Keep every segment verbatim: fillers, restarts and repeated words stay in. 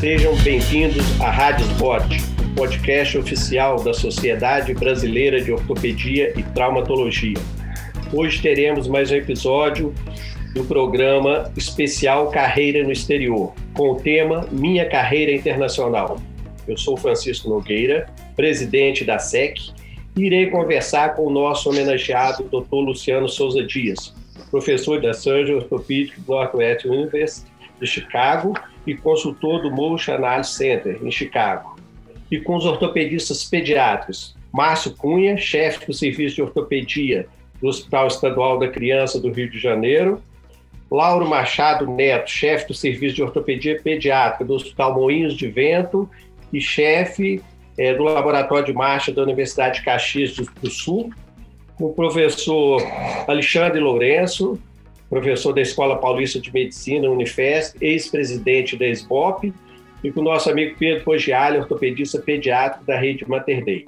Sejam bem-vindos à Rádio Spot, podcast oficial da Sociedade Brasileira de Ortopedia e Traumatologia. Hoje teremos mais um episódio do programa especial Carreira no Exterior, com o tema Minha Carreira Internacional. Eu sou Francisco Nogueira, presidente da S E C, e irei conversar com o nosso homenageado doutor Luciano Souza Dias, professor da Surgery Orthopedic Northwestern University de Chicago e consultor do Motion Analysis Center, em Chicago. E com os ortopedistas pediátricos, Márcio Cunha, chefe do Serviço de Ortopedia do Hospital Estadual da Criança do Rio de Janeiro, Lauro Machado Neto, chefe do Serviço de Ortopedia Pediátrica do Hospital Moinhos de Vento e chefe é, do Laboratório de Marcha da Universidade de Caxias do, do Sul, com o professor Alexandre Lourenço, professor da Escola Paulista de Medicina, Unifesp, ex-presidente da S B O P, e com o nosso amigo Pedro Poggiali, ortopedista pediátrico da Rede Mater Dei.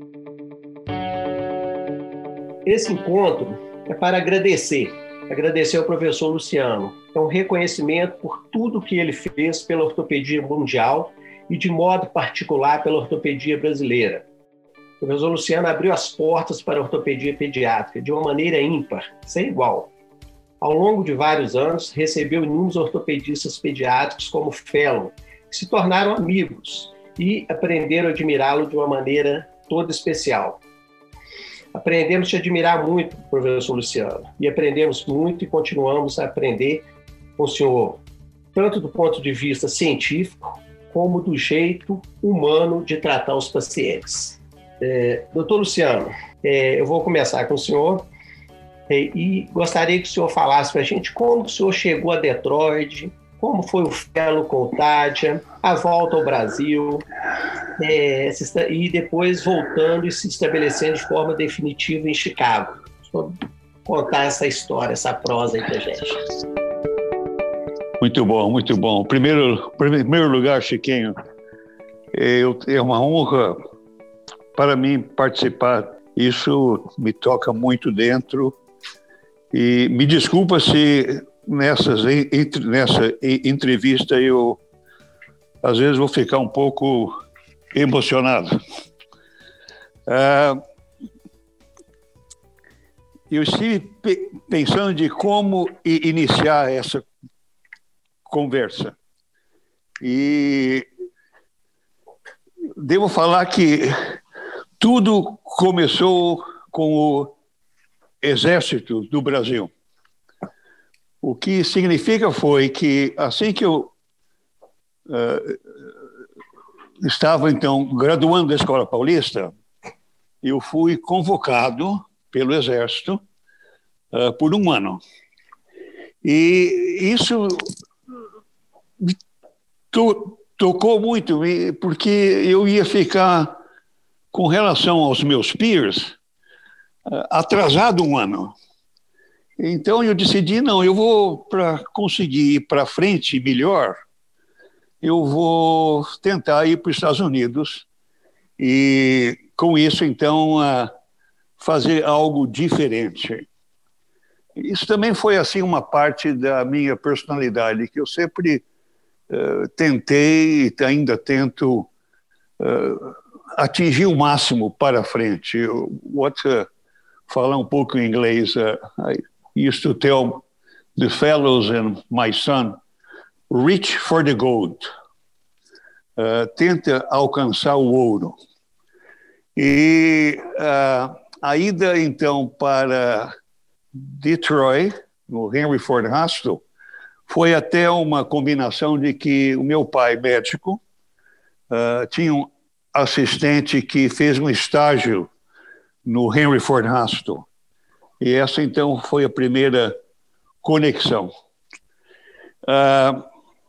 Esse encontro é para agradecer, agradecer ao professor Luciano. É um reconhecimento por tudo que ele fez pela ortopedia mundial e, de modo particular, pela ortopedia brasileira. O professor Luciano abriu as portas para a ortopedia pediátrica de uma maneira ímpar, sem igual. Ao longo de vários anos, recebeu inúmeros ortopedistas pediátricos como fellow, que se tornaram amigos e aprenderam a admirá-lo de uma maneira toda especial. Aprendemos a te admirar muito, professor Luciano, e aprendemos muito e continuamos a aprender com o senhor, tanto do ponto de vista científico, como do jeito humano de tratar os pacientes. É, doutor Luciano, é, eu vou começar com o senhor. E gostaria que o senhor falasse para a gente como o senhor chegou a Detroit, como foi o fellow com o Tádia, a volta ao Brasil, é, e depois voltando e se estabelecendo de forma definitiva em Chicago. O senhor contar essa história, essa prosa aí para a gente. Muito bom, muito bom. Primeiro, primeiro lugar, Chiquinho, eu, é uma honra para mim participar. Isso me toca muito dentro. E me desculpa se nessas, entre, nessa entrevista eu, às vezes, vou ficar um pouco emocionado. Ah, eu estive pe- pensando de como iniciar essa conversa. E devo falar que tudo começou com o Exército do Brasil. O que significa foi que, assim que eu uh, estava, então, graduando da Escola Paulista, eu fui convocado pelo Exército uh, por um ano. E isso me to- tocou muito, porque eu ia ficar, com relação aos meus peers, atrasado um ano. Então eu decidi, não, eu vou, para conseguir ir para frente melhor, eu vou tentar ir para os Estados Unidos e, com isso, então, fazer algo diferente. Isso também foi, assim, uma parte da minha personalidade, que eu sempre uh, tentei e ainda tento uh, atingir o máximo para frente. What... Uh, falar um pouco em inglês. Uh, I used to tell the fellows and my son, reach for the gold. Uh, tenta alcançar o ouro. E uh, a ida, então, para Detroit, no Henry Ford Hospital, foi até uma combinação de que o meu pai, médico, uh, tinha um assistente que fez um estágio no Henry Ford Hospital. E essa, então, foi a primeira conexão. Uh,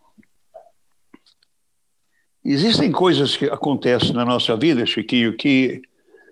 existem coisas que acontecem na nossa vida, Chiquinho, que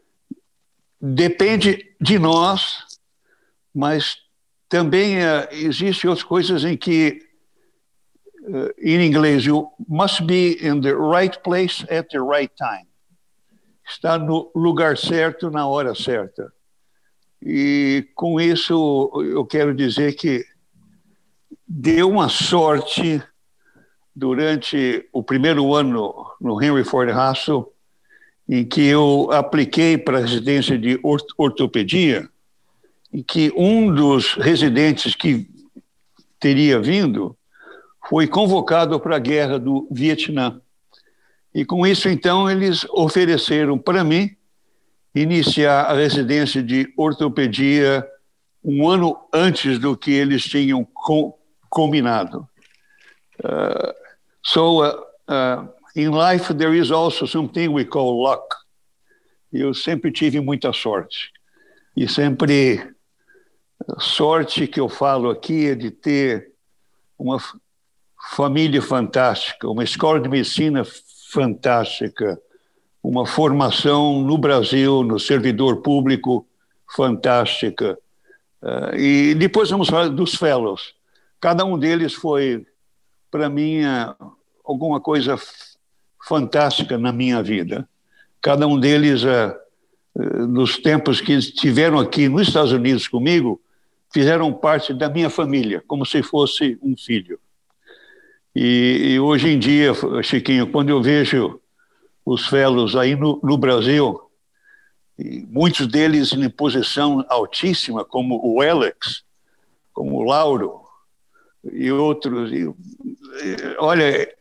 depende de nós, mas também uh, existem outras coisas em que, uh, em inglês, you must be in the right place at the right time. Está no lugar certo, na hora certa. E com isso eu quero dizer que deu uma sorte durante o primeiro ano no Henry Ford Hospital, em que eu apliquei para a residência de ortopedia, e que um dos residentes que teria vindo foi convocado para a guerra do Vietnã. E com isso, então, eles ofereceram para mim iniciar a residência de ortopedia um ano antes do que eles tinham com, combinado. Uh, so, uh, uh, in life, there is also something we call luck. Eu sempre tive muita sorte. E sempre, a sorte que eu falo aqui é de ter uma família fantástica, uma escola de medicina fantástica, uma formação no Brasil, no servidor público fantástica. Uh, e depois vamos falar dos fellows. Cada um deles foi, para mim, alguma coisa fantástica na minha vida. Cada um deles, uh, uh, nos tempos que estiveram aqui nos Estados Unidos comigo, fizeram parte da minha família, como se fosse um filho. E, e hoje em dia, Chiquinho, quando eu vejo os fellows aí no, no Brasil, e muitos deles em posição altíssima, como o Alex, como o Lauro e outros. E, e, olha,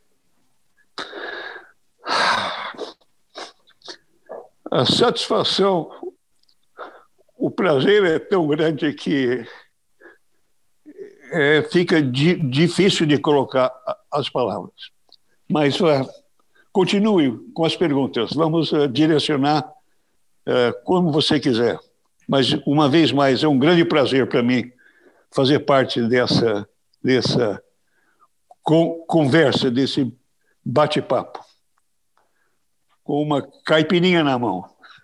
a satisfação, o prazer é tão grande que é, fica di, difícil de colocar as palavras. Mas uh, continue com as perguntas. Vamos uh, direcionar Uh, como você quiser. Mas, uma vez mais, é um grande prazer para mim fazer parte dessa, dessa con conversa, desse bate-papo, com uma caipirinha na mão.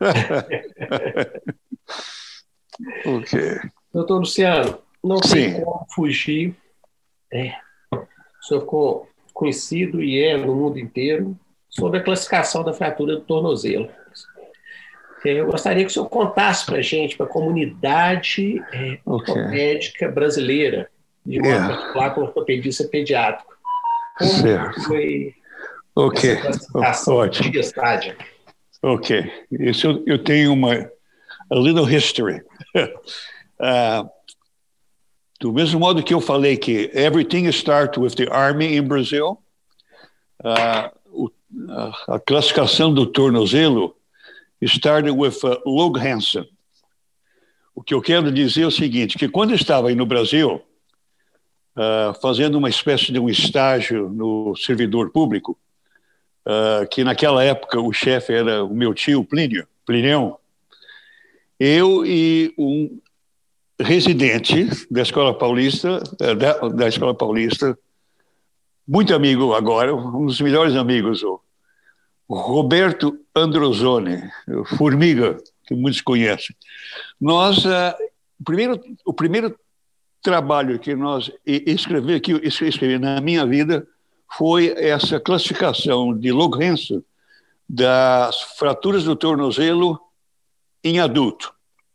Ok. Doutor Luciano, não tem Sim. como fugir. É, o senhor ficou conhecido e é no mundo inteiro sobre a classificação da fratura do tornozelo. Eu gostaria que o senhor contasse para a gente, para a comunidade é, Okay. ortopédica brasileira, de modo Yeah. particular com ortopedista pediátrico. Como Certo. foi Ok. essa classificação Ótimo. de estádio? Ok. Isso eu, eu tenho uma a little history. uh, do mesmo modo que eu falei que everything starts with the Army in Brazil, uh, o, a, a classificação do tornozelo started with uh, Lug Hansen. O que eu quero dizer é o seguinte, que quando eu estava aí no Brasil, uh, fazendo uma espécie de um estágio no servidor público, uh, que naquela época o chefe era o meu tio Plínio, Plinião, eu e um residente da Escola Paulista, uh, da, da Escola Paulista, muito amigo agora, um dos melhores amigos, o Roberto Androzoni, Formiga, que muitos conhecem. Nós, uh, o, primeiro, o primeiro trabalho que nós escrevi, que eu escrevi na minha vida foi essa classificação de Lug Hansen das fraturas do tornozelo em adulto.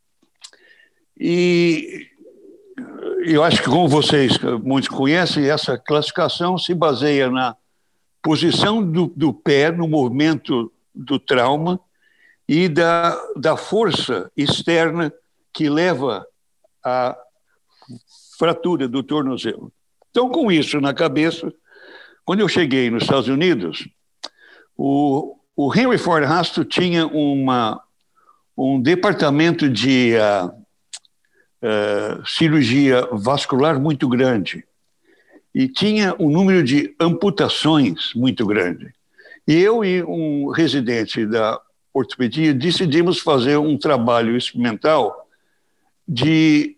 E eu acho que, como vocês muitos conhecem, essa classificação se baseia na posição do, do pé no movimento do trauma e da, da força externa que leva à fratura do tornozelo. Então, com isso na cabeça, quando eu cheguei nos Estados Unidos, o, o Henry Ford Hospital tinha uma, um departamento de uh, uh, cirurgia vascular muito grande. E tinha um número de amputações muito grande. E eu e um residente da ortopedia decidimos fazer um trabalho experimental de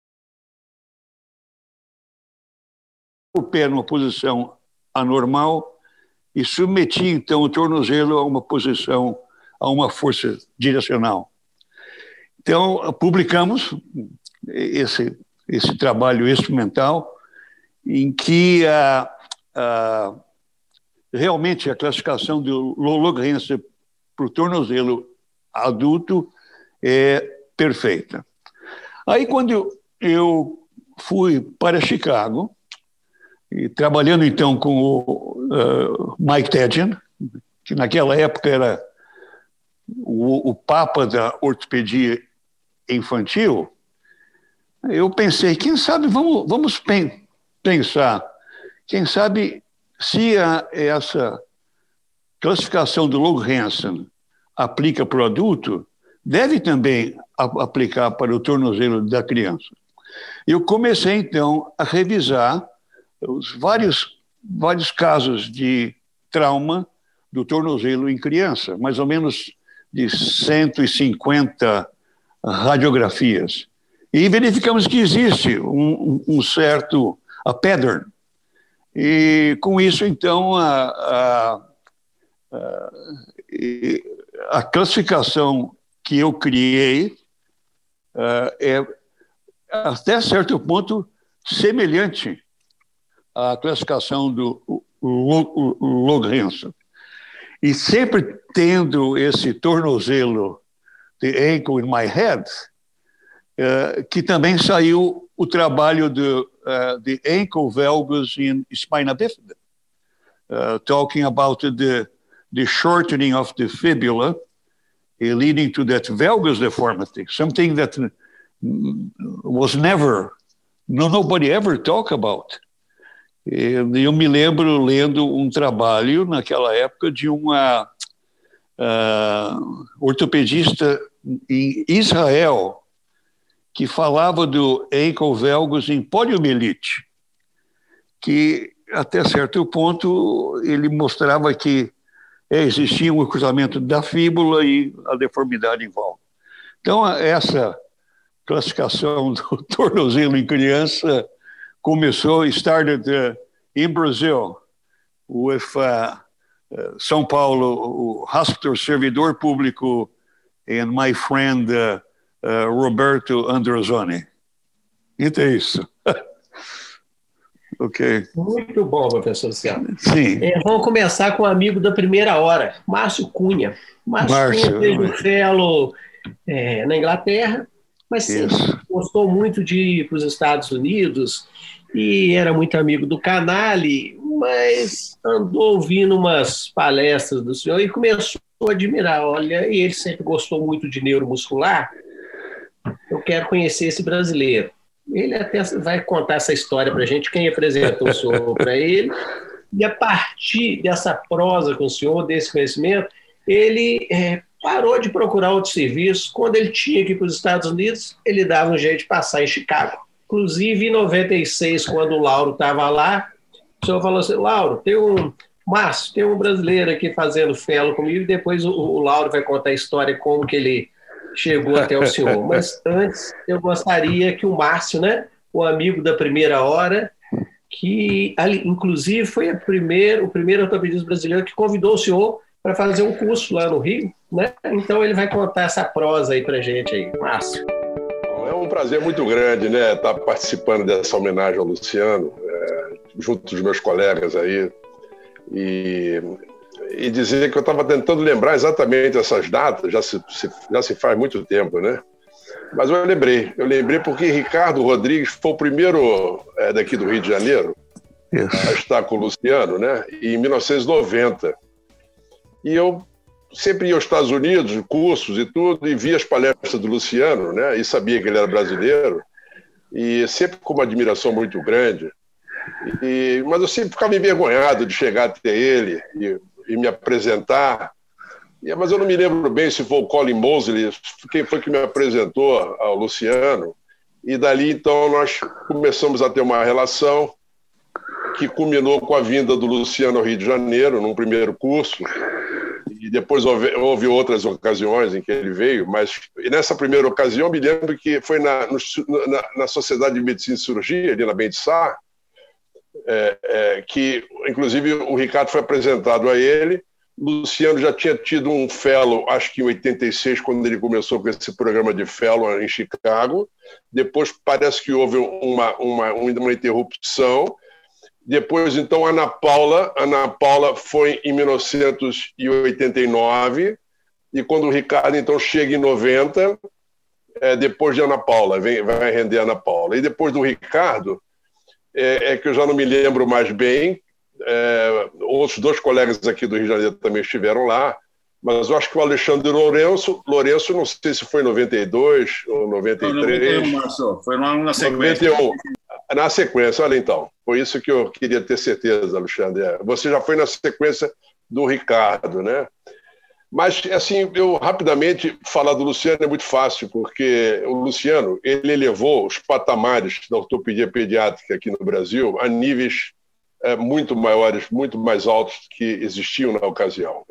o pé numa posição anormal e submetir, então, o tornozelo a uma posição, a uma força direcional. Então, publicamos esse, esse trabalho experimental em que a, a, realmente a classificação do Lug Hansen para o tornozelo adulto é perfeita. Aí, quando eu, eu fui para Chicago, e trabalhando então com o uh, Mike Tadgen, que naquela época era o, o papa da ortopedia infantil, eu pensei, quem sabe, vamos, vamos pen, pensar, quem sabe se a, essa classificação do Loog-Hansen aplica para o adulto, deve também a, aplicar para o tornozelo da criança. Eu comecei, então, a revisar os vários, vários casos de trauma do tornozelo em criança, mais ou menos de cento e cinquenta radiografias. E verificamos que existe um, um certo a pattern. E com isso, então, a, a, a, a classificação que eu criei uh, é, até certo ponto, semelhante à classificação do Loog-Hansen. E sempre tendo esse tornozelo, the ankle in my head, uh, que também saiu o trabalho do uh, the ankle valgus in spina bifida, uh, talking about the, the shortening of the fibula, uh, leading to that valgus deformity, something that was never, no, nobody ever talked about. Eu me lembro lendo um trabalho naquela época de uma uh, ortopedista em Israel que falava do ankle valgus em poliomielite, que até certo ponto ele mostrava que é, existia um encurtamento da fíbula e a deformidade em volta. Então, essa classificação do tornozelo em criança começou, started uh, in Brazil with uh, uh, São Paulo, o hospital servidor público, and my friend uh, uh, Roberto Androzoni. Então é isso. Ok. Muito bom, professor Luciano. Sim. É, vamos começar com um amigo da primeira hora, Márcio Cunha. Márcio, Márcio Cunha fez um fellow é, na Inglaterra, mas sempre Isso. gostou muito de ir para os Estados Unidos e era muito amigo do Canale, mas andou ouvindo umas palestras do senhor e começou a admirar. Olha, e ele sempre gostou muito de neuromuscular. Eu quero conhecer esse brasileiro. Ele até vai contar essa história para a gente, quem apresentou o senhor para ele. E a partir dessa prosa com o senhor, desse conhecimento, ele é, parou de procurar outro serviço. Quando ele tinha que ir para os Estados Unidos, ele dava um jeito de passar em Chicago. Inclusive, em noventa e seis, quando o Lauro estava lá, o senhor falou assim, Lauro, tem um... Márcio, tem um brasileiro aqui fazendo fellow comigo, e depois o, o Lauro vai contar a história, como que ele chegou até o senhor. Mas antes, eu gostaria que o Márcio, né, o amigo da primeira hora, que ali, inclusive foi a primeiro, o primeiro ortopedista brasileiro que convidou o senhor para fazer um curso lá no Rio, né? Então ele vai contar essa prosa aí para a gente aí, Márcio. É um prazer muito grande, né, estar participando dessa homenagem ao Luciano, é, junto dos meus colegas aí, e, e dizer que eu estava tentando lembrar exatamente essas datas, já se, se, já se faz muito tempo, né? Mas eu lembrei, eu lembrei porque Ricardo Rodrigues foi o primeiro é, daqui do Rio de Janeiro yes. a estar com o Luciano, né? Em mil novecentos e noventa. E eu sempre ia aos Estados Unidos, cursos e tudo, e via as palestras do Luciano, né? E sabia que ele era brasileiro, e sempre com uma admiração muito grande. E, mas eu sempre ficava envergonhado de chegar até ele e, e me apresentar. E, mas eu não me lembro bem se foi o Colin Mosley, quem foi que me apresentou ao Luciano. E dali, então, nós começamos a ter uma relação que culminou com a vinda do Luciano ao Rio de Janeiro, num primeiro curso. E depois houve, houve outras ocasiões em que ele veio, mas nessa primeira ocasião eu me lembro que foi na, no, na, na Sociedade de Medicina e Cirurgia, ali na Bem-de-Sá, é, é, que inclusive o Ricardo foi apresentado a ele. Luciano já tinha tido um fellow, acho que em oitenta e seis, quando ele começou com esse programa de fellow em Chicago. Depois parece que houve uma, uma, uma interrupção. Depois, então, Ana Paula, Ana Paula foi em mil novecentos e oitenta e nove, e quando o Ricardo, então, chega em noventa, é, depois de Ana Paula, vem, vai render Ana Paula. E depois do Ricardo, é, é que eu já não me lembro mais bem, é, outros dois colegas aqui do Rio de Janeiro também estiveram lá, mas eu acho que o Alexandre Lourenço, Lourenço não sei se foi em noventa e dois ou noventa e três. Não, noventa e um, Marcelo, foi lá na sequência. noventa e um, na sequência, olha então, foi isso que eu queria ter certeza, Alexandre. Você já foi na sequência do Ricardo, né? Mas, assim, eu rapidamente falar do Luciano é muito fácil, porque o Luciano, ele elevou os patamares da ortopedia pediátrica aqui no Brasil a níveis é, muito maiores, muito mais altos que existiam na ocasião.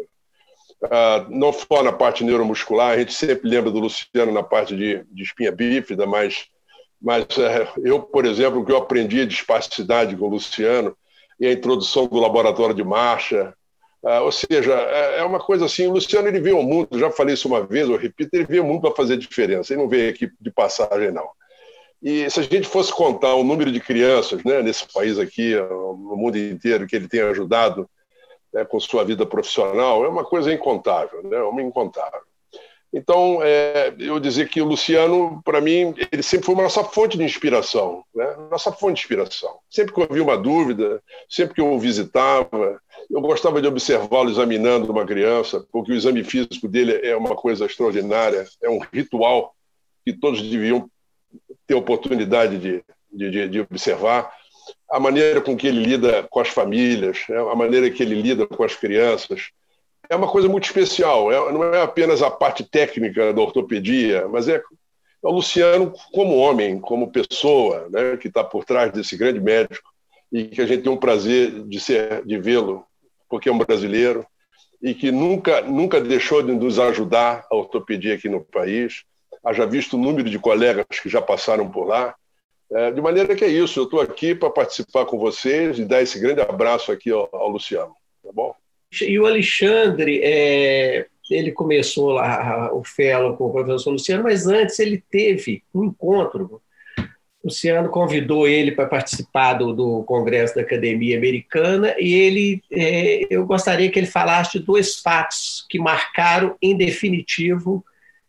Ah, não só na parte neuromuscular, a gente sempre lembra do Luciano na parte de, de espinha bífida, mas, mas é, eu, por exemplo, o que eu aprendi de espasticidade com o Luciano e a introdução do laboratório de marcha, ah, ou seja, é, é uma coisa assim, o Luciano ele veio ao mundo, já falei isso uma vez, eu repito, ele veio ao mundo para fazer diferença, ele não veio aqui de passagem, não. E se a gente fosse contar o número de crianças, né, nesse país aqui, no mundo inteiro, que ele tem ajudado, né, com sua vida profissional, é uma coisa incontável, né, uma incontável. Então, é, eu dizer que o Luciano, para mim, ele sempre foi uma nossa fonte de inspiração, né, nossa fonte de inspiração. Sempre que eu havia uma dúvida, sempre que eu o visitava, eu gostava de observá-lo examinando uma criança, porque o exame físico dele é uma coisa extraordinária, é um ritual que todos deviam ter oportunidade de, de, de observar. A maneira com que ele lida com as famílias, né? A maneira que ele lida com as crianças, é uma coisa muito especial. É, não é apenas a parte técnica da ortopedia, mas é, é o Luciano como homem, como pessoa, né? Que está por trás desse grande médico e que a gente tem um prazer de, ser, de vê-lo, porque é um brasileiro e que nunca, nunca deixou de nos ajudar a ortopedia aqui no país. Haja visto o número de colegas que já passaram por lá. É, de maneira que é isso, eu estou aqui para participar com vocês e dar esse grande abraço aqui ao, ao Luciano, tá bom? E o Alexandre, é, ele começou lá o fellow com o professor Luciano, mas antes ele teve um encontro. O Luciano convidou ele para participar do, do Congresso da Academia Americana e ele, é, eu gostaria que ele falasse de dois fatos que marcaram em definitivo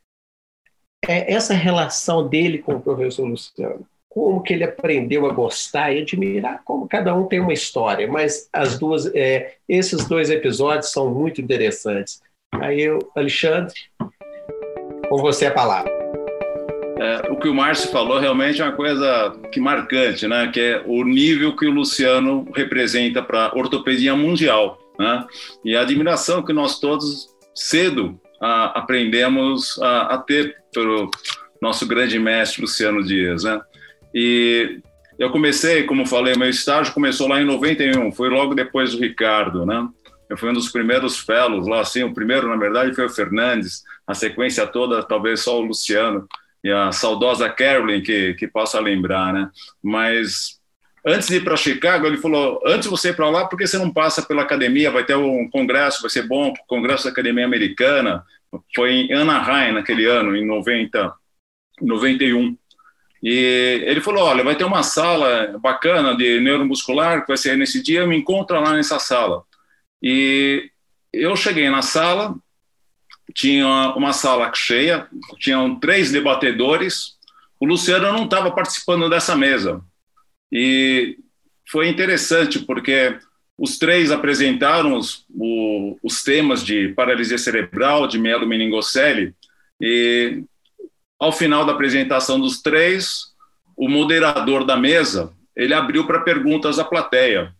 é, essa relação dele com o professor Luciano. Como que ele aprendeu a gostar e admirar, como cada um tem uma história, mas as duas, é, esses dois episódios são muito interessantes. Aí, eu, Alexandre, com você a palavra. É, o que o Márcio falou realmente é uma coisa que marcante, né? Que é o nível que o Luciano representa para a ortopedia mundial, né? E a admiração que nós todos cedo a, aprendemos a, a ter pelo nosso grande mestre Luciano Dias, né? E eu comecei, como falei, meu estágio começou lá em noventa e um, foi logo depois do Ricardo, né? Eu fui um dos primeiros fellows lá, assim, o primeiro, na verdade, foi o Fernandes, a sequência toda, talvez só o Luciano e a saudosa Carolyn, que, que possa lembrar, né? Mas antes de ir para Chicago, ele falou, antes de você ir para lá, por que você não passa pela academia? Vai ter um congresso, vai ser bom, o Congresso da Academia Americana. Foi em Anaheim, naquele ano, em noventa, noventa e um. E ele falou, olha, vai ter uma sala bacana de neuromuscular que vai ser nesse dia, me encontra lá nessa sala. E eu cheguei na sala, tinha uma sala cheia, tinham três debatedores, o Luciano não estava participando dessa mesa. E foi interessante porque os três apresentaram os, o, os temas de paralisia cerebral, de mielomeningocele, e ao final da apresentação dos três, o moderador da mesa, ele abriu para perguntas à plateia.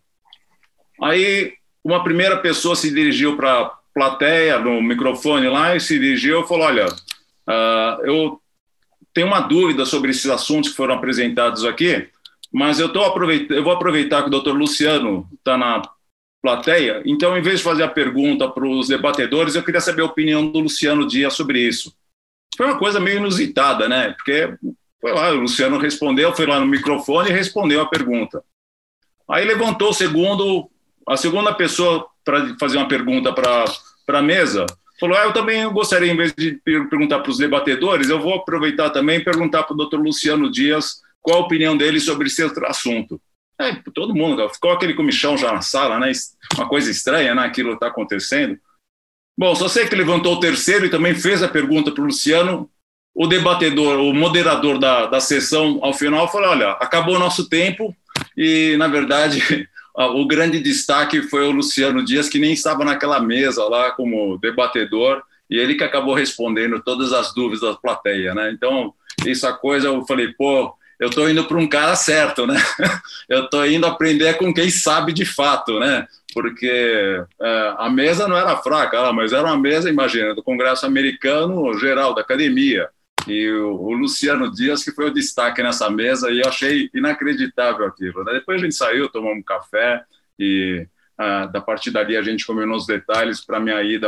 Aí, uma primeira pessoa se dirigiu para a plateia, no microfone lá, e se dirigiu e falou, olha, uh, eu tenho uma dúvida sobre esses assuntos que foram apresentados aqui, mas eu, tô aproveitando, eu vou aproveitar que o doutor Luciano está na plateia, então, em vez de fazer a pergunta para os debatedores, eu queria saber a opinião do Luciano Dias sobre isso. Foi uma coisa meio inusitada, né? Porque foi lá, o Luciano respondeu, foi lá no microfone e respondeu a pergunta. Aí levantou o segundo, a segunda pessoa para fazer uma pergunta para a mesa, falou, ah, eu também gostaria, em vez de perguntar para os debatedores, eu vou aproveitar também e perguntar para o doutor Luciano Dias qual a opinião dele sobre esse assunto. É, todo mundo, ficou aquele comichão já na sala, né? Uma coisa estranha, né? Aquilo está acontecendo. Bom, só sei que levantou o terceiro e também fez a pergunta para o Luciano. O debatedor, o moderador da, da sessão, ao final, falou, olha, acabou o nosso tempo e, na verdade, o grande destaque foi o Luciano Dias, que nem estava naquela mesa lá como debatedor, e ele que acabou respondendo todas as dúvidas da plateia, né? Então, essa coisa, eu falei, pô, eu estou indo para um cara certo, né? Eu estou indo aprender com quem sabe de fato, né? Porque é, a mesa não era fraca, mas era uma mesa, imagina, do Congresso Americano Geral, da Academia. E o, o Luciano Dias, que foi o destaque nessa mesa, e eu achei inacreditável aquilo, né? Depois a gente saiu, tomamos um café, e ah, da partir dali a gente combinou os detalhes para a minha ida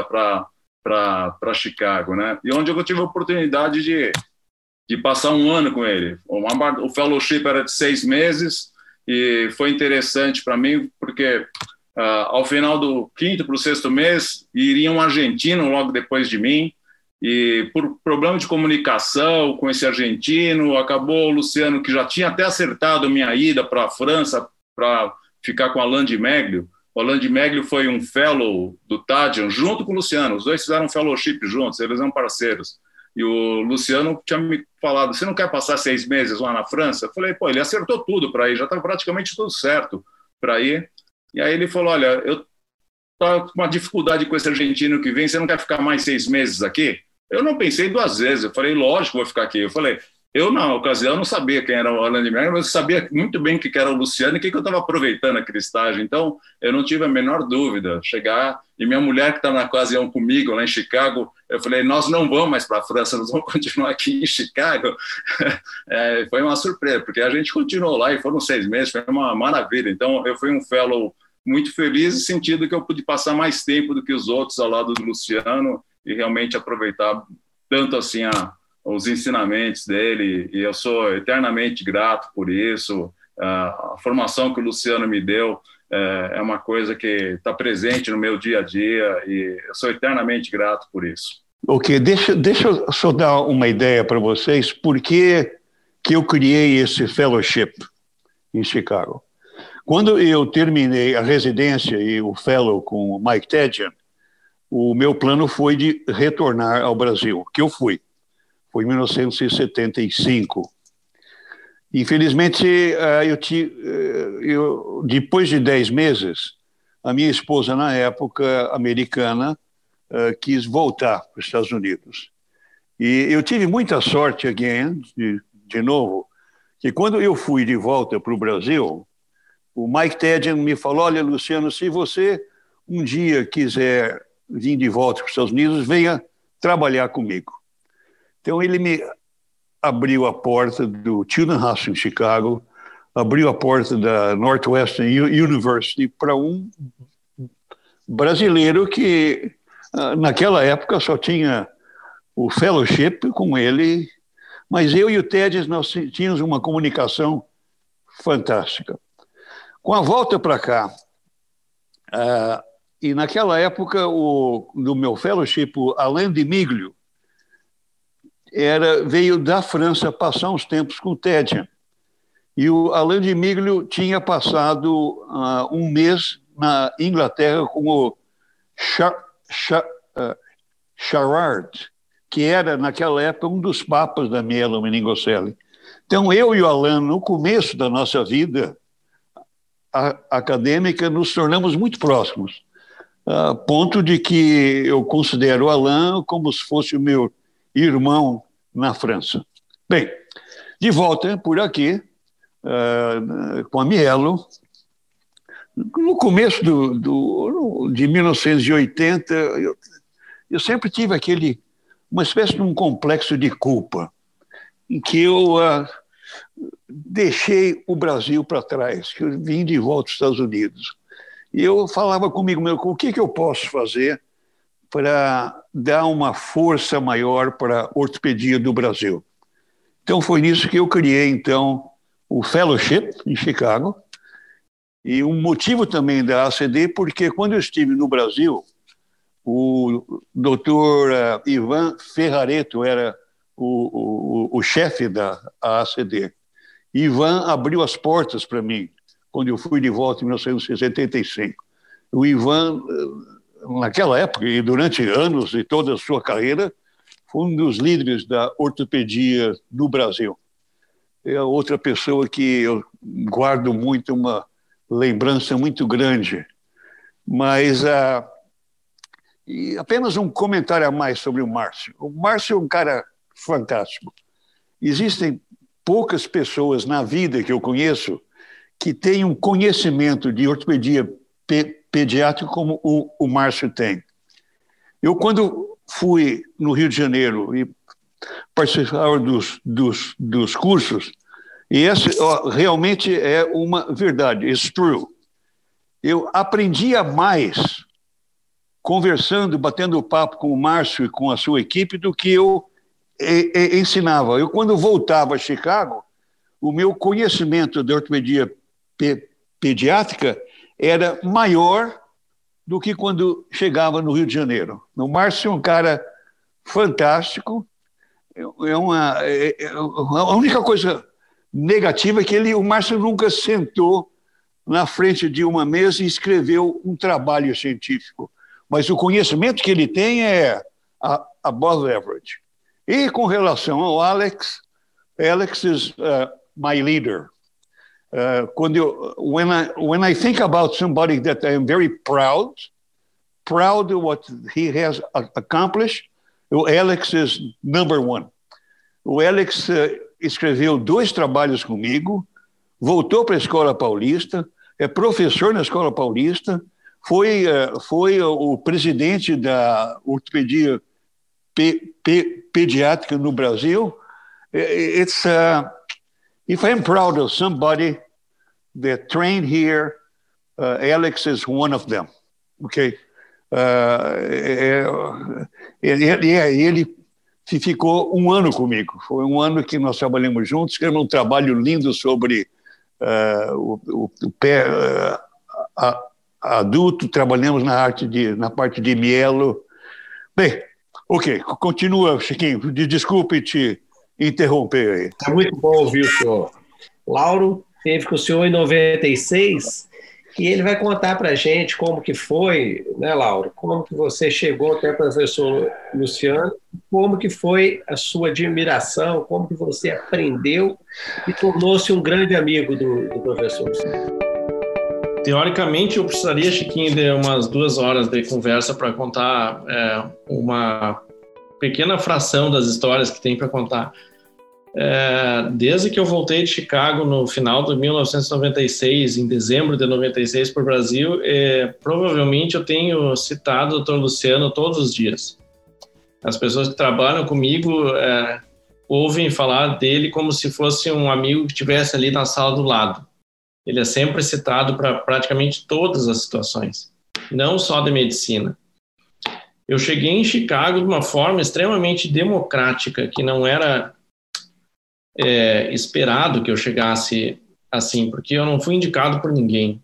para Chicago, né? E onde eu tive a oportunidade de, de passar um ano com ele. Uma, o fellowship era de seis meses, e foi interessante para mim, porque ah, ao final do quinto para o sexto mês, iria um argentino logo depois de mim, e por problema de comunicação com esse argentino, acabou o Luciano, que já tinha até acertado minha ida para a França para ficar com Alain de Meglio. O Alain de Meglio foi um fellow do Tadian, junto com o Luciano. Os dois fizeram um fellowship juntos, eles eram parceiros. E o Luciano tinha me falado, você não quer passar seis meses lá na França? Eu falei, pô, ele acertou tudo para ir, já estava praticamente tudo certo para ir. E aí ele falou, olha, eu estou com uma dificuldade com esse argentino que vem, você não quer ficar mais seis meses aqui? Eu não pensei duas vezes, eu falei, lógico, vou ficar aqui. Eu falei, eu na ocasião não sabia quem era o Alain de Meglio, mas eu sabia muito bem o que era o Luciano e o que eu estava aproveitando aquele estágio. Então, eu não tive a menor dúvida. Chegar, e minha mulher que estava na ocasião comigo, lá em Chicago, eu falei, nós não vamos mais para a França, nós vamos continuar aqui em Chicago. É, foi uma surpresa, porque a gente continuou lá e foram seis meses, foi uma maravilha. Então, eu fui um fellow muito feliz, no sentido que eu pude passar mais tempo do que os outros ao lado do Luciano, e realmente aproveitar tanto assim a, os ensinamentos dele, e eu sou eternamente grato por isso. A formação que o Luciano me deu é, é uma coisa que está presente no meu dia a dia, e eu sou eternamente grato por isso. Ok, deixa, deixa eu só dar uma ideia para vocês por que, que eu criei esse fellowship em Chicago. Quando eu terminei a residência e o fellow com o Mike Tadian, o meu plano foi de retornar ao Brasil, que eu fui. Foi em mil novecentos e setenta e cinco. Infelizmente, eu te, eu, depois de dez meses, a minha esposa, na época americana, quis voltar para os Estados Unidos. E eu tive muita sorte, again, de, de novo, que quando eu fui de volta para o Brasil, o Mike Tadian me falou, olha, Luciano, se você um dia quiser vir de volta para os Estados Unidos, venha trabalhar comigo. Então, ele me abriu a porta do Tilden House em Chicago, abriu a porta da Northwestern University para um brasileiro que, naquela época, só tinha o fellowship com ele, mas eu e o Ted, nós tínhamos uma comunicação fantástica. Com a volta para cá, uh, e naquela época, o, no meu fellowship, o Alain de Meglio era, veio da França passar uns tempos com o Tadian. E o Alain de Meglio tinha passado uh, um mês na Inglaterra com o Char, Char, uh, Charard, que era, naquela época, um dos papas da Mielo Meningocelli. Então, eu e o Alain, no começo da nossa vida a, acadêmica, nos tornamos muito próximos. A ponto de que eu considero o Alain como se fosse o meu irmão na França. Bem, de volta por aqui, uh, com a Mielo, no começo do, do, de mil novecentos e oitenta, eu, eu sempre tive aquele, uma espécie de um complexo de culpa, em que eu uh, deixei o Brasil para trás, que eu vim de volta aos Estados Unidos. E eu falava comigo mesmo, o que, que eu posso fazer para dar uma força maior para a ortopedia do Brasil? Então, foi nisso que eu criei, então, o Fellowship em Chicago, e um motivo também da A C D, porque quando eu estive no Brasil, o doutor Ivan Ferrareto era o, o, o chefe da A C D. Ivan abriu as portas para mim, quando eu fui de volta em mil novecentos e setenta e cinco. O Ivan, naquela época, e durante anos e toda a sua carreira, foi um dos líderes da ortopedia no Brasil. É outra pessoa que eu guardo muito uma lembrança muito grande. Mas uh, e apenas um comentário a mais sobre o Márcio. O Márcio é um cara fantástico. Existem poucas pessoas na vida que eu conheço que têm um conhecimento de ortopedia pe pediátrica como o, o Márcio tem. Eu, quando fui no Rio de Janeiro e participar dos, dos, dos cursos, e essa ó, realmente é uma verdade, it's true. Eu aprendia mais conversando, batendo papo com o Márcio e com a sua equipe do que eu e, e, ensinava. Eu, quando voltava a Chicago, o meu conhecimento de ortopedia pe, pediátrica era maior do que quando chegava no Rio de Janeiro. O Márcio é um cara fantástico. É uma, é, é, a única coisa negativa é que ele, o Márcio nunca sentou na frente de uma mesa e escreveu um trabalho científico. Mas o conhecimento que ele tem é above average. E com relação ao Alex, Alex is uh, my leader. Uh, quando eu, when I when I think about somebody that I am very proud, proud of what he has accomplished, o Alex is number one. O Alex uh, escreveu dois trabalhos comigo, voltou para a Escola Paulista, é professor na Escola Paulista, foi uh, foi o presidente da ortopedia pe, pe, pediátrica no Brasil. It's uh, if I'm proud of somebody that trained here, uh, Alex is one of them. Okay. Uh, ele, ele ficou um ano comigo. Foi um ano que nós trabalhamos juntos, escrevemos um trabalho lindo sobre uh, o, o pé uh, a, adulto, trabalhamos na, arte de, na parte de mielo. Bem, ok, continua, Chiquinho, desculpe te interromper aí. É muito bom ouvir o senhor. Lauro teve com o senhor em noventa e seis, e ele vai contar para a gente como que foi, né, Lauro? Como que você chegou até o professor Luciano, como que foi a sua admiração, como que você aprendeu e tornou-se um grande amigo do, do professor Luciano. Teoricamente, eu precisaria, Chiquinho, de umas duas horas de conversa para contar é, uma pequena fração das histórias que tem para contar. É, desde que eu voltei de Chicago no final de mil novecentos e noventa e seis, em dezembro de noventa e seis, para o Brasil, é, provavelmente eu tenho citado o doutor Luciano todos os dias. As pessoas que trabalham comigo é, ouvem falar dele como se fosse um amigo que estivesse ali na sala do lado. Ele é sempre citado para praticamente todas as situações, não só de medicina. Eu cheguei em Chicago de uma forma extremamente democrática, que não era é, esperado que eu chegasse assim, porque eu não fui indicado por ninguém.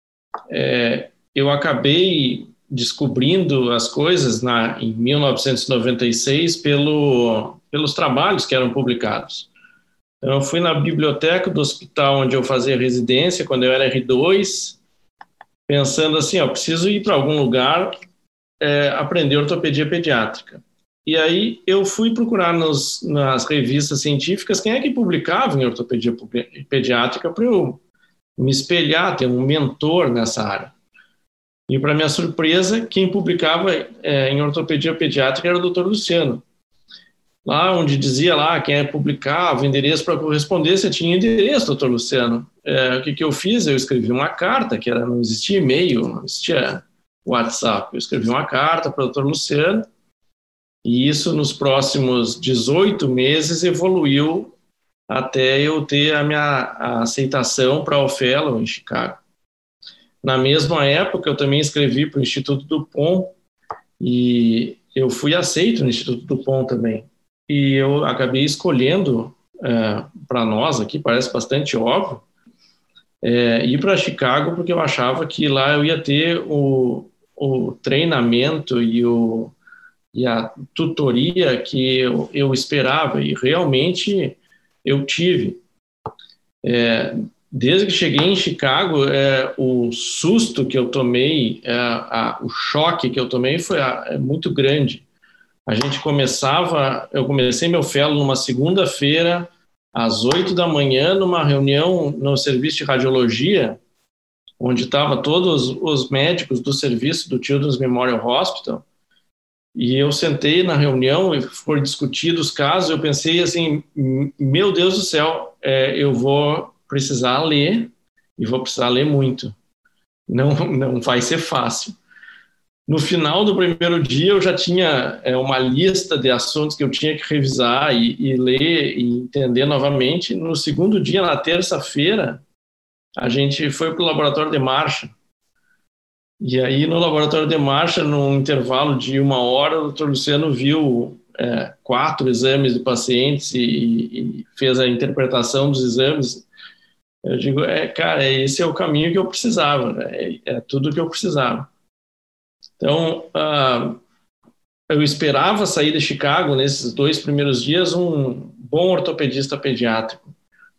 É, eu acabei descobrindo as coisas na, em mil novecentos e noventa e seis pelo, pelos trabalhos que eram publicados. Eu fui na biblioteca do hospital onde eu fazia residência, quando eu era R dois, pensando assim, ó, preciso ir para algum lugar é, aprender ortopedia pediátrica. E aí eu fui procurar nos, nas revistas científicas quem é que publicava em ortopedia pediátrica para eu me espelhar, ter um mentor nessa área. E, para minha surpresa, quem publicava é, em ortopedia pediátrica era o doutor Luciano. Lá onde dizia lá quem publicava, o endereço para correspondência, tinha endereço, doutor Luciano. É, o que, que eu fiz? Eu escrevi uma carta, que era, não existia e-mail, não existia WhatsApp. Eu escrevi uma carta para o doutor Luciano, e isso nos próximos dezoito meses evoluiu até eu ter a minha a aceitação para o Fellow em Chicago. Na mesma época, eu também escrevi para o Instituto Dupont, e eu fui aceito no Instituto Dupont também. E eu acabei escolhendo, é, para nós aqui, parece bastante óbvio, é, ir para Chicago, porque eu achava que lá eu ia ter o, o treinamento e, o, e a tutoria que eu, eu esperava, e realmente eu tive. É, desde que cheguei em Chicago, é, o susto que eu tomei, é, a, o choque que eu tomei foi a, é muito grande. A gente começava, eu comecei meu fellow numa segunda-feira, às oito da manhã, numa reunião no serviço de radiologia, onde estavam todos os médicos do serviço do Children's Memorial Hospital, e eu sentei na reunião e foram discutidos os casos. Eu pensei assim, meu Deus do céu, é, eu vou precisar ler, e vou precisar ler muito. Não, não vai ser fácil. No final do primeiro dia, eu já tinha é, uma lista de assuntos que eu tinha que revisar e, e ler e entender novamente. No segundo dia, na terça-feira, a gente foi para o laboratório de marcha. E aí, no laboratório de marcha, num intervalo de uma hora, o doutor Luciano viu é, quatro exames de pacientes e, e fez a interpretação dos exames. Eu digo, é, cara, esse é o caminho que eu precisava, é, é tudo que eu precisava. Então, uh, eu esperava sair de Chicago, nesses dois primeiros dias, um bom ortopedista pediátrico.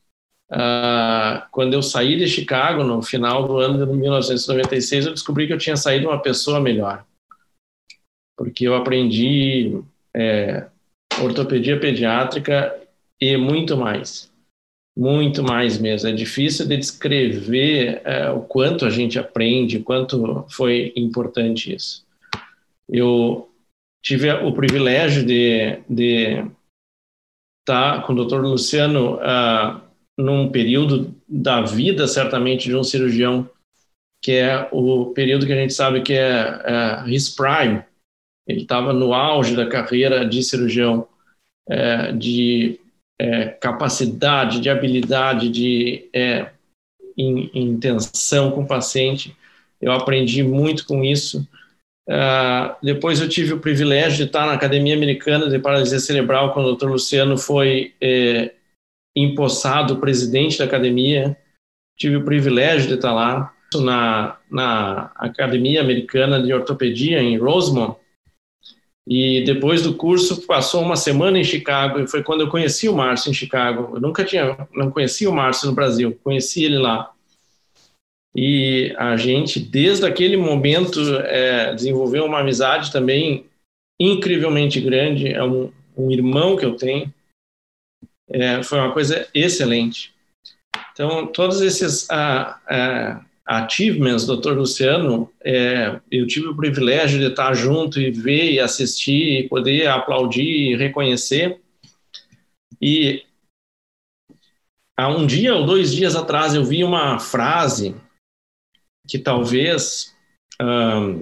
Uh, quando eu saí de Chicago, no final do ano de mil novecentos e noventa e seis, eu descobri que eu tinha saído uma pessoa melhor, porque eu aprendi é, ortopedia pediátrica e muito mais, muito mais mesmo. É difícil de descrever é, o quanto a gente aprende, o quanto foi importante isso. Eu tive o privilégio de, de estar com o doutor Luciano uh, num período da vida, certamente, de um cirurgião, que é o período que a gente sabe que é uh, his prime. Ele estava no auge da carreira de cirurgião, uh, de uh, capacidade, de habilidade, de uh, in, intenção com o paciente. Eu aprendi muito com isso. Uh, depois eu tive o privilégio de estar na Academia Americana de Paralisia Cerebral, quando o doutor Luciano foi uh, empossado presidente da academia. Tive o privilégio de estar lá na, na Academia Americana de Ortopedia em Rosemont, e depois do curso passou uma semana em Chicago, e foi quando eu conheci o Márcio em Chicago. Eu nunca tinha, não conhecia o Márcio no Brasil, conheci ele lá, e a gente desde aquele momento é, desenvolveu uma amizade também incrivelmente grande. É um, um irmão que eu tenho. É, foi uma coisa excelente. Então, todos esses uh, uh, achievements do doutor Luciano, é, eu tive o privilégio de estar junto e ver e assistir, e poder aplaudir e reconhecer. E há um dia ou dois dias atrás eu vi uma frase que talvez um,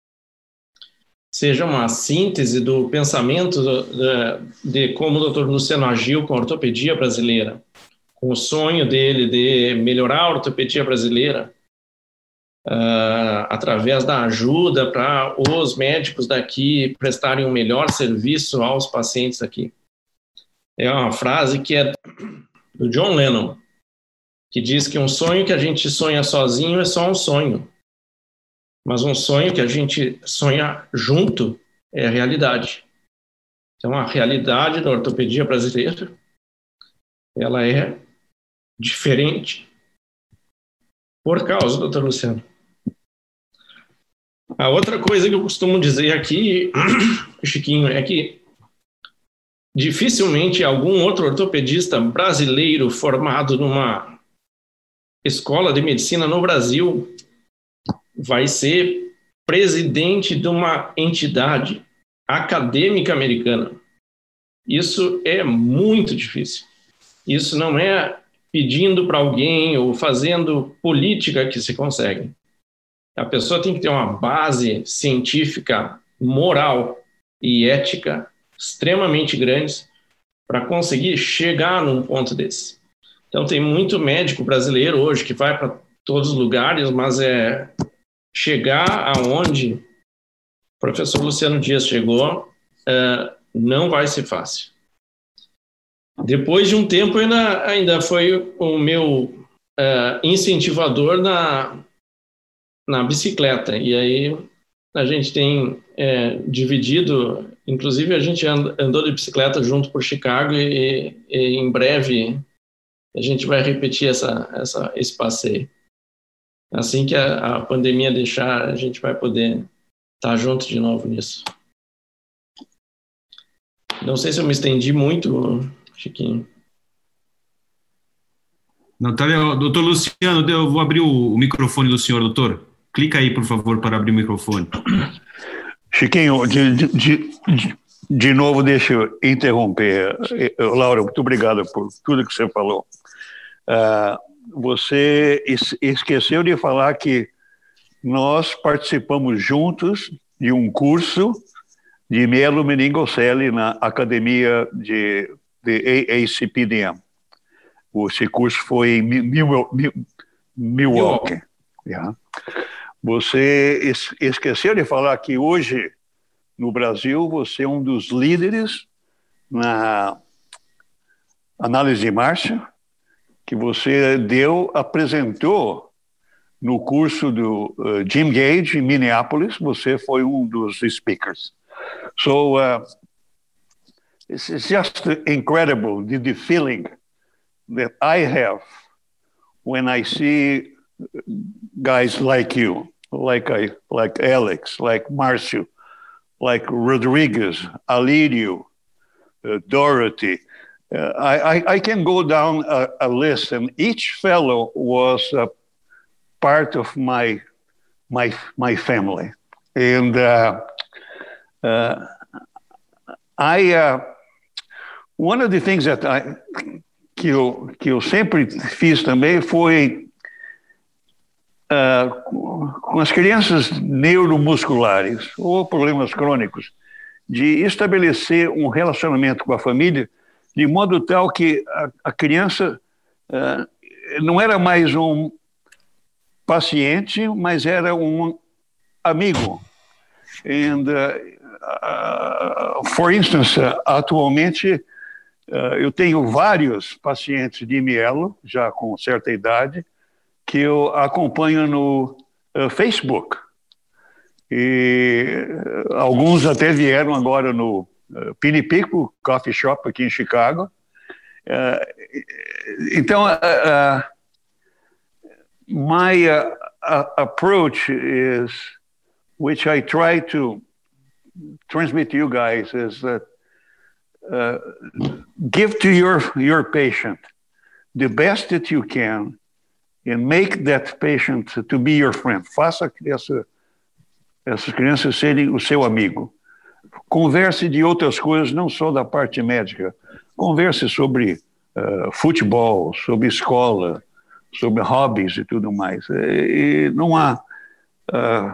seja uma síntese do pensamento do, de, de como o doutor Luciano agiu com a ortopedia brasileira, com o sonho dele de melhorar a ortopedia brasileira uh, através da ajuda para os médicos daqui prestarem um melhor serviço aos pacientes aqui. É uma frase que é do John Lennon, que diz que um sonho que a gente sonha sozinho é só um sonho, mas um sonho que a gente sonha junto é a realidade. Então, a realidade da ortopedia brasileira, ela é diferente por causa do doutor Luciano. A outra coisa que eu costumo dizer aqui, Chiquinho, é que dificilmente algum outro ortopedista brasileiro formado numa escola de medicina no Brasil vai ser presidente de uma entidade acadêmica americana. Isso é muito difícil. Isso não é pedindo para alguém ou fazendo política que se consegue. A pessoa tem que ter uma base científica, moral e ética extremamente grandes para conseguir chegar num ponto desse. Então, tem muito médico brasileiro hoje que vai para todos os lugares, mas é chegar aonde o professor Luciano Dias chegou, uh, não vai ser fácil. Depois de um tempo, ainda, ainda foi o meu uh, incentivador na, na bicicleta. E aí a gente tem é, dividido, inclusive a gente andou de bicicleta junto por Chicago e, e em breve a gente vai repetir essa, essa, esse passeio. Assim que a, a pandemia deixar, a gente vai poder estar junto de novo nisso. Não sei se eu me estendi muito, Chiquinho. Não, tá legal. Doutor Luciano, eu vou abrir o, o microfone do senhor, doutor. Clica aí, por favor, para abrir o microfone. Chiquinho, de, de, de, de novo, deixa eu interromper. Laura, muito obrigado por tudo que você falou. Uh, você es, esqueceu de falar que nós participamos juntos de um curso de mielomeningocele na Academia de, de A C P D M. Esse curso foi em Mil, Mil, Milwaukee. Yeah. Você es, esqueceu de falar que hoje, no Brasil, você é um dos líderes na análise de marcha, que você deu, apresentou no curso do uh, Jim Gage, em Minneapolis, você foi um dos speakers. So, uh, it's, it's just incredible, the, the feeling that I have when I see guys like you, like I, like Alex, like Marcio, like Rodriguez, Alirio, uh, Dorothy. Uh, I, I, I can go down a, a list, and each fellow was a part of my my my family, and uh, uh, I uh, one of the things that I que eu que eu sempre fiz também foi uh, com as crianças neuromusculares ou problemas crônicos, de estabelecer um relacionamento com a família de modo tal que a, a criança uh, não era mais um paciente, mas era um amigo. And, uh, uh, for instance, uh, atualmente uh, eu tenho vários pacientes de mielo, já com certa idade, que eu acompanho no uh, Facebook. E uh, alguns até vieram agora no uh, Pinipico Coffee Shop aqui em Chicago. Uh, então, uh, uh, my uh, uh, approach is, which I try to transmit to you guys, is that uh, give to your, your patient the best that you can and make that patient to be your friend. Faça essa, essas crianças serem o seu amigo. Converse de outras coisas, não só da parte médica. Converse sobre uh, futebol, sobre escola, sobre hobbies e tudo mais. E não há... Uh,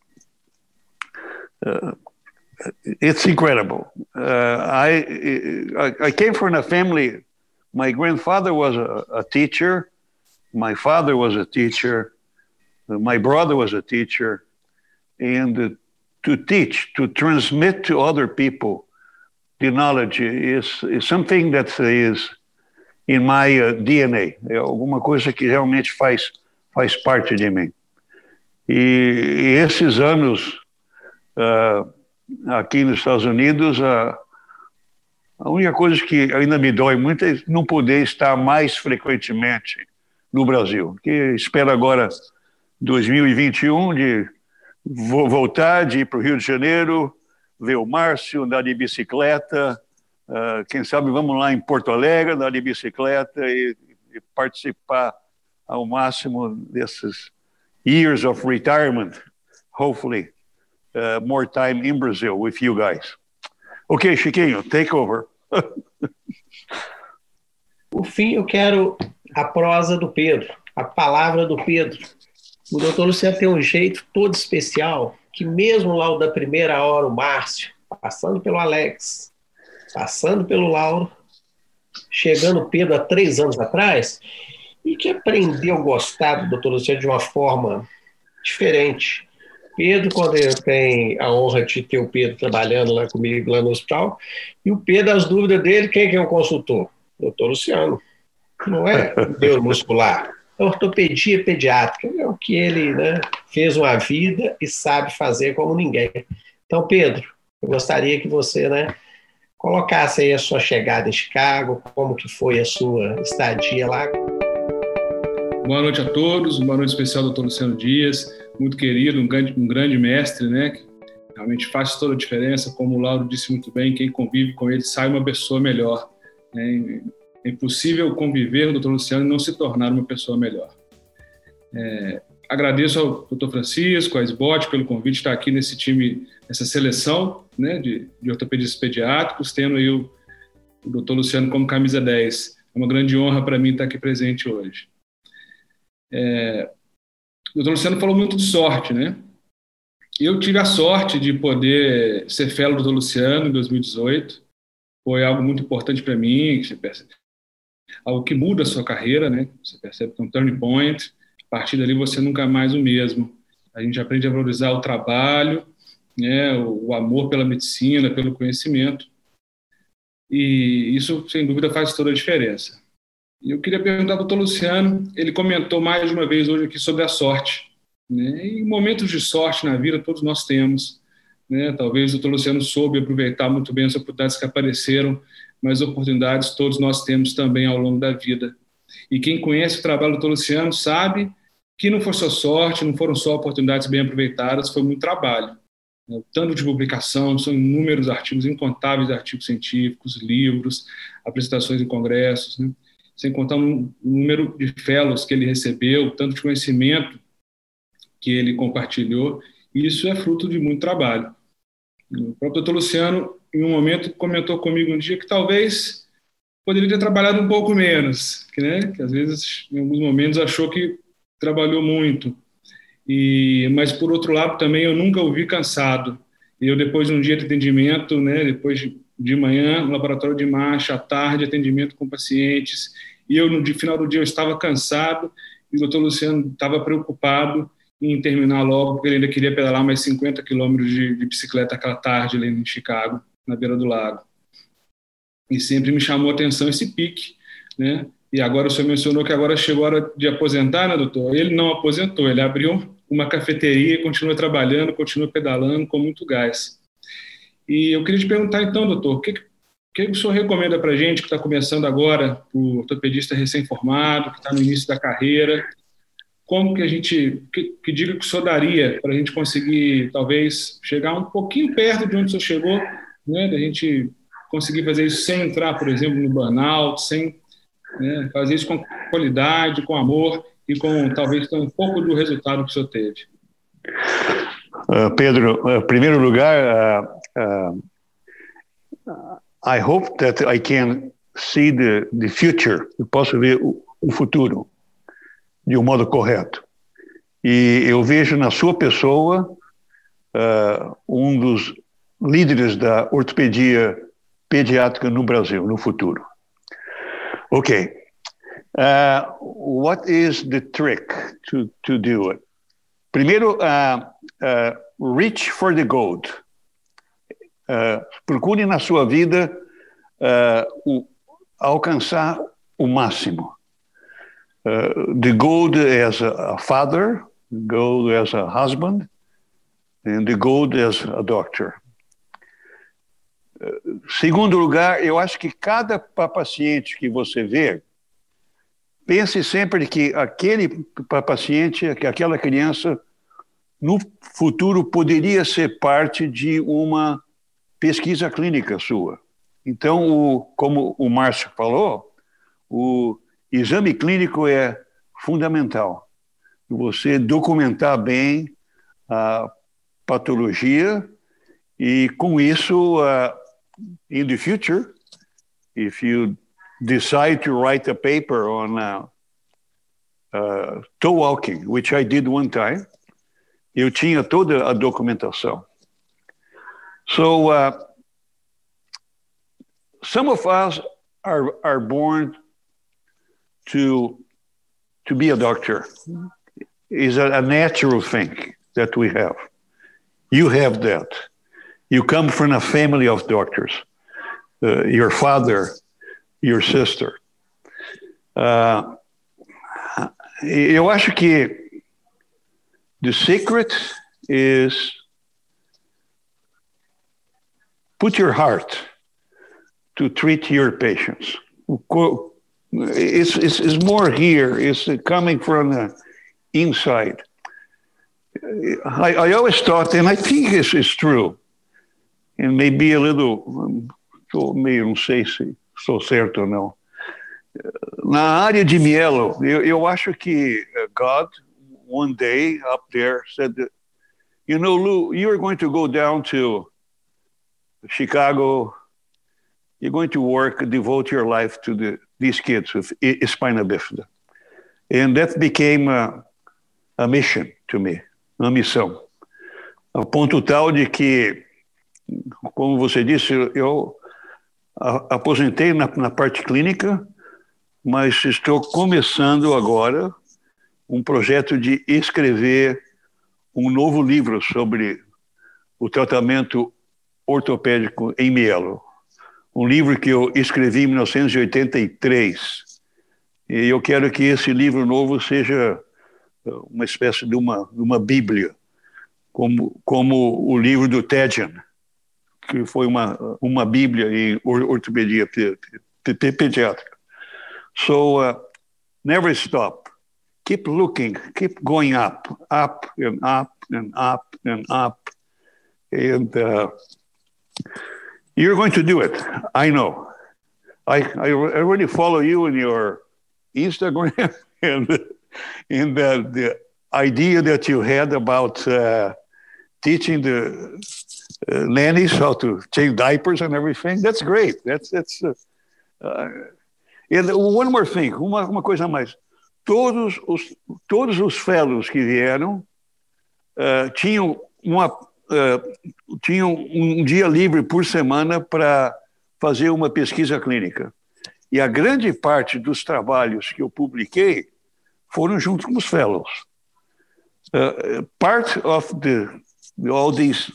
uh, it's incredible. Uh, I, I came from a family, my grandfather was a, a teacher, my father was a teacher, my brother was a teacher, and uh, to teach, to transmit to other people the knowledge is, is something that is in my uh, D N A. É alguma coisa que realmente faz, faz parte de mim. E, e esses anos uh, aqui nos Estados Unidos, uh, a única coisa que ainda me dói muito é não poder estar mais frequentemente no Brasil. Que espero agora dois mil e vinte e um de vou voltar, de ir para o Rio de Janeiro, ver o Márcio, andar de bicicleta, uh, quem sabe vamos lá em Porto Alegre, andar de bicicleta e, e participar ao máximo desses years of retirement, hopefully uh, more time in Brazil with you guys. Ok, Chiquinho, take over. Por fim, eu quero a prosa do Pedro, a palavra do Pedro. O doutor Luciano tem um jeito todo especial, que mesmo lá da primeira hora, o Márcio, passando pelo Alex, passando pelo Lauro, chegando o Pedro há três anos atrás, e que aprendeu a gostar do doutor Luciano de uma forma diferente. Pedro, quando eu tenho a honra de ter o Pedro trabalhando lá comigo, lá no hospital, e o Pedro, as dúvidas dele, quem que é o consultor? doutor Luciano. Não é neuromuscular. A ortopedia pediátrica é o que ele, né, fez uma vida e sabe fazer como ninguém. Então, Pedro, eu gostaria que você, né, colocasse aí a sua chegada em Chicago, como que foi a sua estadia lá. Boa noite a todos, boa noite especial ao doutor Luciano Dias, muito querido, um grande, um grande mestre, né, que realmente faz toda a diferença, como o Lauro disse muito bem, quem convive com ele sai uma pessoa melhor, né? É impossível conviver com o doutor Luciano e não se tornar uma pessoa melhor. É, agradeço ao doutor Francisco, à S B O T, pelo convite de estar aqui nesse time, nessa seleção, né, de, de ortopedistas pediátricos, tendo aí o, o doutor Luciano como camisa dez. É uma grande honra para mim estar aqui presente hoje. É, o doutor Luciano falou muito de sorte, né? Eu tive a sorte de poder ser fellow do doutor Luciano em dois mil e dezoito. Foi algo muito importante para mim, que você percebe, algo que muda a sua carreira, né? Você percebe que é um turning point. A partir dali você nunca é mais o mesmo. A gente aprende a valorizar o trabalho, né? o, o amor pela medicina, pelo conhecimento. E isso, sem dúvida, faz toda a diferença. E eu queria perguntar ao doutor Luciano, ele comentou mais de uma vez hoje aqui sobre a sorte, né? E momentos de sorte na vida todos nós temos, né? Talvez o doutor Luciano soube aproveitar muito bem as oportunidades que apareceram, mas oportunidades todos nós temos também ao longo da vida. E quem conhece o trabalho do doutor Luciano sabe que não foi só sorte, não foram só oportunidades bem aproveitadas, foi muito trabalho. O tanto de publicação, são inúmeros artigos, incontáveis artigos científicos, livros, apresentações em congressos, né? Sem contar o número de fellows que ele recebeu, o tanto de conhecimento que ele compartilhou, e isso é fruto de muito trabalho. O próprio doutor Luciano, em um momento, comentou comigo um dia que talvez poderia ter trabalhado um pouco menos, que, né, que às vezes, em alguns momentos, achou que trabalhou muito. E, mas, por outro lado, também eu nunca o vi cansado. E eu, depois de um dia de atendimento, né, depois de, de manhã, no laboratório de marcha, à tarde, atendimento com pacientes, e eu, no final do dia, eu estava cansado, e o doutor Luciano estava preocupado em terminar logo, porque ele ainda queria pedalar mais cinquenta quilômetros de, de bicicleta aquela tarde ali em Chicago, na beira do lago. E sempre me chamou a atenção esse pique, né? E agora o senhor mencionou que agora chegou a hora de aposentar, né, doutor? Ele não aposentou, ele abriu uma cafeteria, continua trabalhando, continua pedalando com muito gás. E eu queria te perguntar então, doutor, o que, que o senhor recomenda para a gente que está começando agora, o ortopedista recém-formado, que está no início da carreira, como que a gente, que, que dica que o senhor daria para a gente conseguir, talvez, chegar um pouquinho perto de onde o senhor chegou, né, da gente conseguir fazer isso sem entrar, por exemplo, no burnout, sem, né, fazer isso com qualidade, com amor e com, talvez, um pouco do resultado que o senhor teve? Uh, Pedro, em uh, primeiro lugar, uh, uh, I hope that I can see the, the future. Eu posso ver o, o futuro de um modo correto. E eu vejo na sua pessoa uh, um dos líderes da ortopedia pediátrica no Brasil, no futuro. Ok. Uh, what is the trick to, to do it? Primeiro, uh, uh, reach for the gold. Uh, procure na sua vida uh, o, alcançar o máximo. Uh, the gold as a, a father, the gold as a husband, and the gold as a doctor. Uh, segundo lugar, eu acho que cada paciente que você vê, pense sempre que aquele paciente, que aquela criança, no futuro poderia ser parte de uma pesquisa clínica sua. Então, o, como o Márcio falou, o exame clínico é fundamental. Você documentar bem a patologia e, com isso, uh, in the future, if you decide to write a paper on uh, uh, toe walking, which I did one time, eu tinha toda a documentação. So, uh, some of us are, are born to, to be a doctor. It's a, a natural thing that we have. You have that. You come from a family of doctors. Uh, your father, your sister. Uh, eu acho que the secret is put your heart to treat your patients. It's, it's, it's more here. It's coming from the inside. I, I always thought, and I think this is true, and maybe a little, um, meio, não sei se estou certo ou não, na área de mielo, eu, eu acho que God, one day up there, said that, you know, Lou, you're going to go down to Chicago, you're going to work, devote your life to the, these kids with spina bifida. And that became a, a mission to me, uma missão. A ponto tal de que, como você disse, eu aposentei na, na parte clínica, mas estou começando agora um projeto de escrever um novo livro sobre o tratamento ortopédico em mielo. Um livro que eu escrevi em mil novecentos e oitenta e três. E eu quero que esse livro novo seja uma espécie de uma, uma bíblia, como, como o livro do Tejan, que foi uma, uma bíblia em ortopedia pediátrica. So, uh, never stop. Keep looking, keep going up, up and up and up and up. And uh, you're going to do it, I know. I, I already follow you in your Instagram and, and the, the idea that you had about uh, teaching the uh, nannies how to change diapers and everything. That's great. That's, that's, uh, uh, and one more thing, uma, uma coisa a mais. Todos os, todos os fellows que vieram uh, tinham, uma, uh, tinham um dia livre por semana para fazer uma pesquisa clínica. E a grande parte dos trabalhos que eu publiquei foram junto com os fellows. Uh, part of the, all these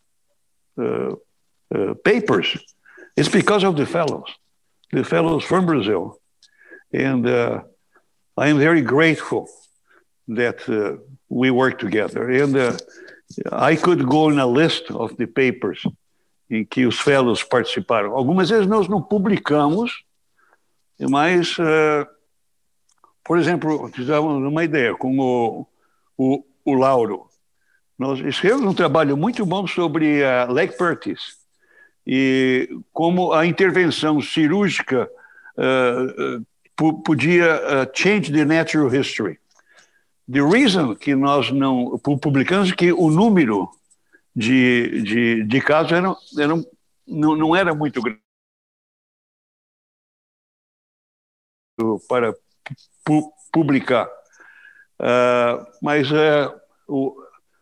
uh, uh, papers is because of the fellows, the fellows from Brazil. And uh, I am very grateful that uh, we work together. And uh, I could go on a list of the papers em que os fellows participaram. Algumas vezes nós não publicamos, mas, uh, por exemplo, fizemos uma ideia com o, o, o Lauro. Nós escrevemos um trabalho muito bom sobre a leg practice e como a intervenção cirúrgica uh, uh, podia uh, change the natural history. The reason que nós não publicamos é que o número de, de, de casos era, era, não, não era muito grande para pu publicar. Uh, mas uh, o,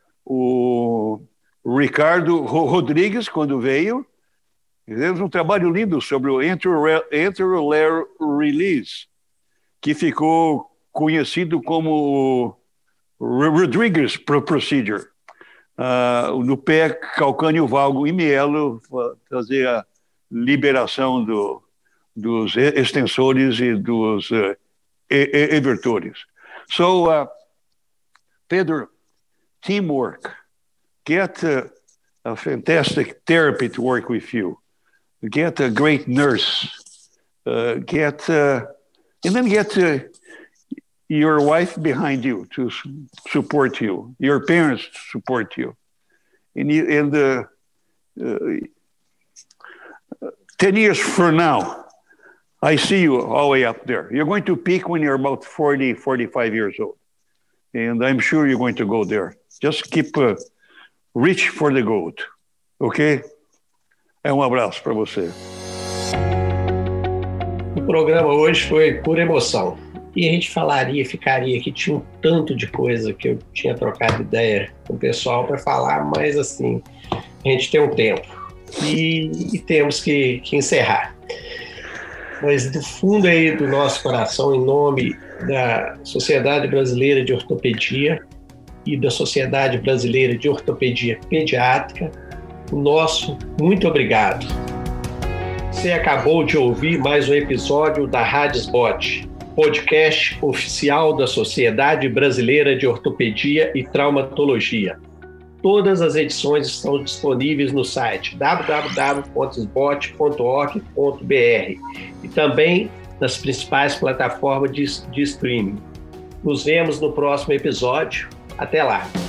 o Ricardo Rodrigues, quando veio, fizemos um trabalho lindo sobre o anterolateral release, que ficou conhecido como o Rodrigues Procedure. Uh, no pé calcâneo valgo e mielo, fazer a liberação do, dos extensores e dos uh, evertores. So, uh, Pedro, teamwork. Get uh, a fantastic therapy to work with you. Get a great nurse. Uh, get, uh, and then get uh, your wife behind you to support you, your parents to support you. And, you, and uh, uh, ten years from now, I see you all the way up there. You're going to peak when you're about forty, forty-five years old. And I'm sure you're going to go there. Just keep, uh, reach for the gold, ok? É um abraço para você. O programa hoje foi pura emoção. E a gente falaria, ficaria aqui, tinha um tanto de coisa que eu tinha trocado ideia com o pessoal para falar, mas assim, a gente tem um tempo e, e temos que, que encerrar. Mas do fundo aí do nosso coração, em nome da Sociedade Brasileira de Ortopedia e da Sociedade Brasileira de Ortopedia Pediátrica, o nosso muito obrigado. Você acabou de ouvir mais um episódio da Radisbot, podcast oficial da Sociedade Brasileira de Ortopedia e Traumatologia. Todas as edições estão disponíveis no site w w w ponto sbot ponto org ponto b r e também nas principais plataformas de, de streaming. Nos vemos no próximo episódio. Até lá!